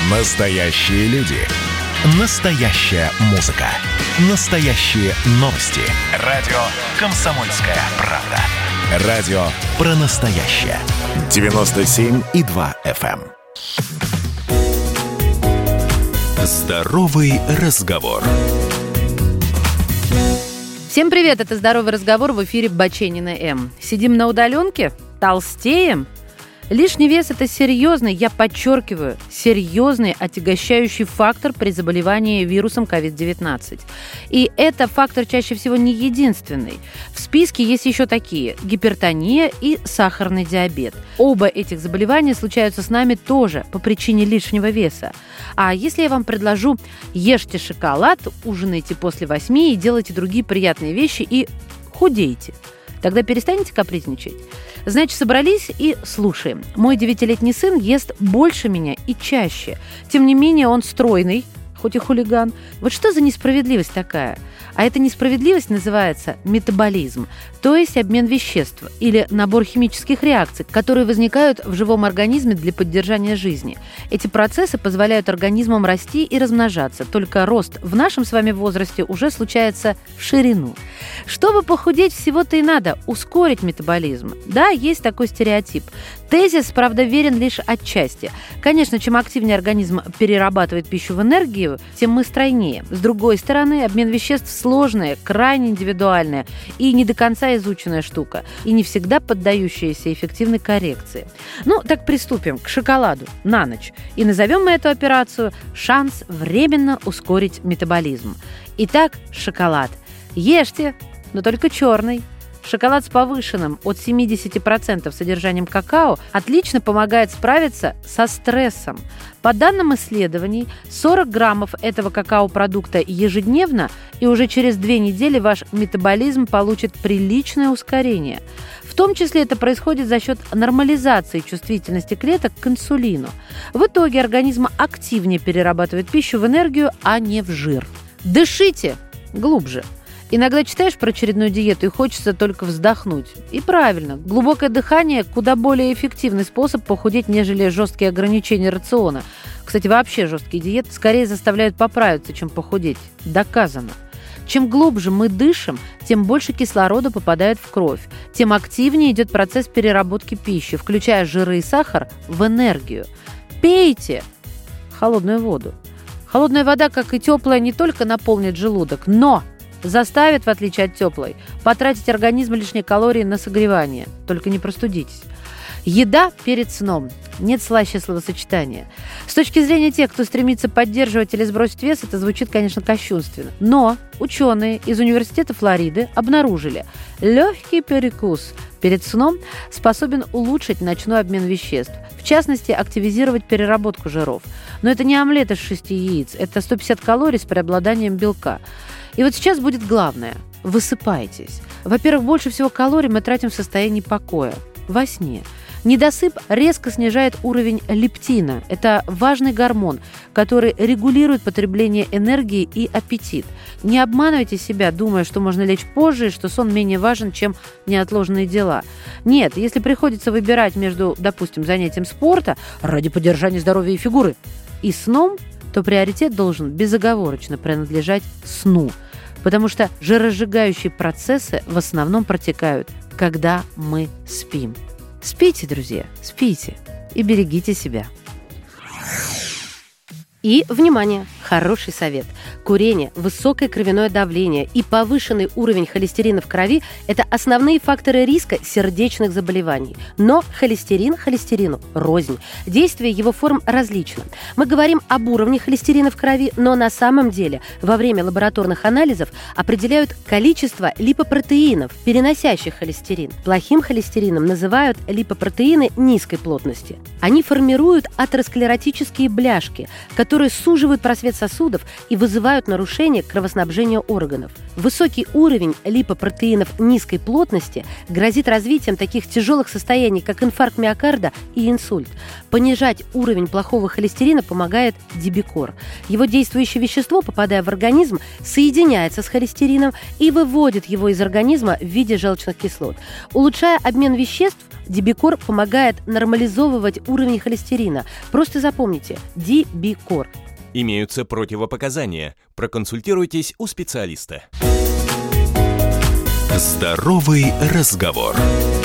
Настоящие люди. Настоящая музыка. Настоящие новости. Радио «Комсомольская правда». Радио про настоящее. 97,2 FM. Здоровый разговор. Всем привет, это «Здоровый разговор», в эфире Баченина М. Сидим на удаленке? Толстеем? Лишний вес – это серьезный, я подчеркиваю, серьезный отягощающий фактор при заболевании вирусом COVID-19. И это фактор чаще всего не единственный. В списке есть еще такие – гипертония и сахарный диабет. Оба этих заболевания случаются с нами тоже по причине лишнего веса. А если я вам предложу ешьте шоколад, ужинайте после 8 и делайте другие приятные вещи и худейте, тогда перестанете капризничать? Значит, собрались и слушаем. Мой 9-летний сын ест больше меня и чаще. Тем не менее, он стройный, хоть и хулиган. Вот что за несправедливость такая? А эта несправедливость называется метаболизм, то есть обмен веществ или набор химических реакций, которые возникают в живом организме для поддержания жизни. Эти процессы позволяют организмам расти и размножаться, только рост в нашем с вами возрасте уже случается в ширину. Чтобы похудеть, всего-то и надо ускорить метаболизм. Да, есть такой стереотип. Тезис, правда, верен лишь отчасти. Конечно, чем активнее организм перерабатывает пищу в энергию, тем мы стройнее. С другой стороны, обмен веществ сложная, крайне индивидуальная и не до конца изученная штука, и не всегда поддающаяся эффективной коррекции. Ну, так приступим к шоколаду на ночь. И назовем мы эту операцию «Шанс временно ускорить метаболизм». Итак, шоколад. Ешьте, но только черный. Шоколад с повышенным от 70% содержанием какао отлично помогает справиться со стрессом. По данным исследований, 40 граммов этого какао-продукта ежедневно, и уже через 2 недели ваш метаболизм получит приличное ускорение. В том числе это происходит за счет нормализации чувствительности клеток к инсулину. В итоге организм активнее перерабатывает пищу в энергию, а не в жир. Дышите глубже. Иногда читаешь про очередную диету и хочется только вздохнуть. И правильно, глубокое дыхание – куда более эффективный способ похудеть, нежели жесткие ограничения рациона. Кстати, вообще жесткие диеты скорее заставляют поправиться, чем похудеть. Доказано. Чем глубже мы дышим, тем больше кислорода попадает в кровь, тем активнее идет процесс переработки пищи, включая жиры и сахар, в энергию. Пейте холодную воду. Холодная вода, как и теплая, не только наполнит желудок, но заставит, в отличие от теплой, потратить организм лишние калории на согревание. Только не простудитесь. Еда перед сном. Нет слаще словосочетания. С точки зрения тех, кто стремится поддерживать или сбросить вес, это звучит, конечно, кощунственно. Но ученые из Университета Флориды обнаружили, легкий перекус перед сном способен улучшить ночной обмен веществ. В частности, активизировать переработку жиров. Но это не омлет из 6 яиц, это 150 калорий с преобладанием белка. И вот сейчас будет главное. Высыпайтесь. Во-первых, больше всего калорий мы тратим в состоянии покоя, во сне. Недосып резко снижает уровень лептина. Это важный гормон, который регулирует потребление энергии и аппетит. Не обманывайте себя, думая, что можно лечь позже и что сон менее важен, чем неотложные дела. Нет, если приходится выбирать между, допустим, занятием спорта ради поддержания здоровья и фигуры и сном, то приоритет должен безоговорочно принадлежать сну. Потому что жиросжигающие процессы в основном протекают, когда мы спим. Спите, друзья, спите и берегите себя. И, внимание, хороший совет. Курение, высокое кровяное давление и повышенный уровень холестерина в крови – это основные факторы риска сердечных заболеваний. Но холестерин холестерину рознь. Действие его форм различно. Мы говорим об уровне холестерина в крови, но на самом деле во время лабораторных анализов определяют количество липопротеинов, переносящих холестерин. Плохим холестерином называют липопротеины низкой плотности. Они формируют атеросклеротические бляшки, которые суживают просвет сосудов и вызывают нарушение кровоснабжения органов. Высокий уровень липопротеинов низкой плотности грозит развитием таких тяжелых состояний, как инфаркт миокарда и инсульт. Понижать уровень плохого холестерина помогает Дибикор. Его действующее вещество, попадая в организм, соединяется с холестерином и выводит его из организма в виде желчных кислот. Улучшая обмен веществ, Дибикор помогает нормализовывать уровень холестерина. Просто запомните – Дибикор. Имеются противопоказания. Проконсультируйтесь у специалиста. Здоровый разговор.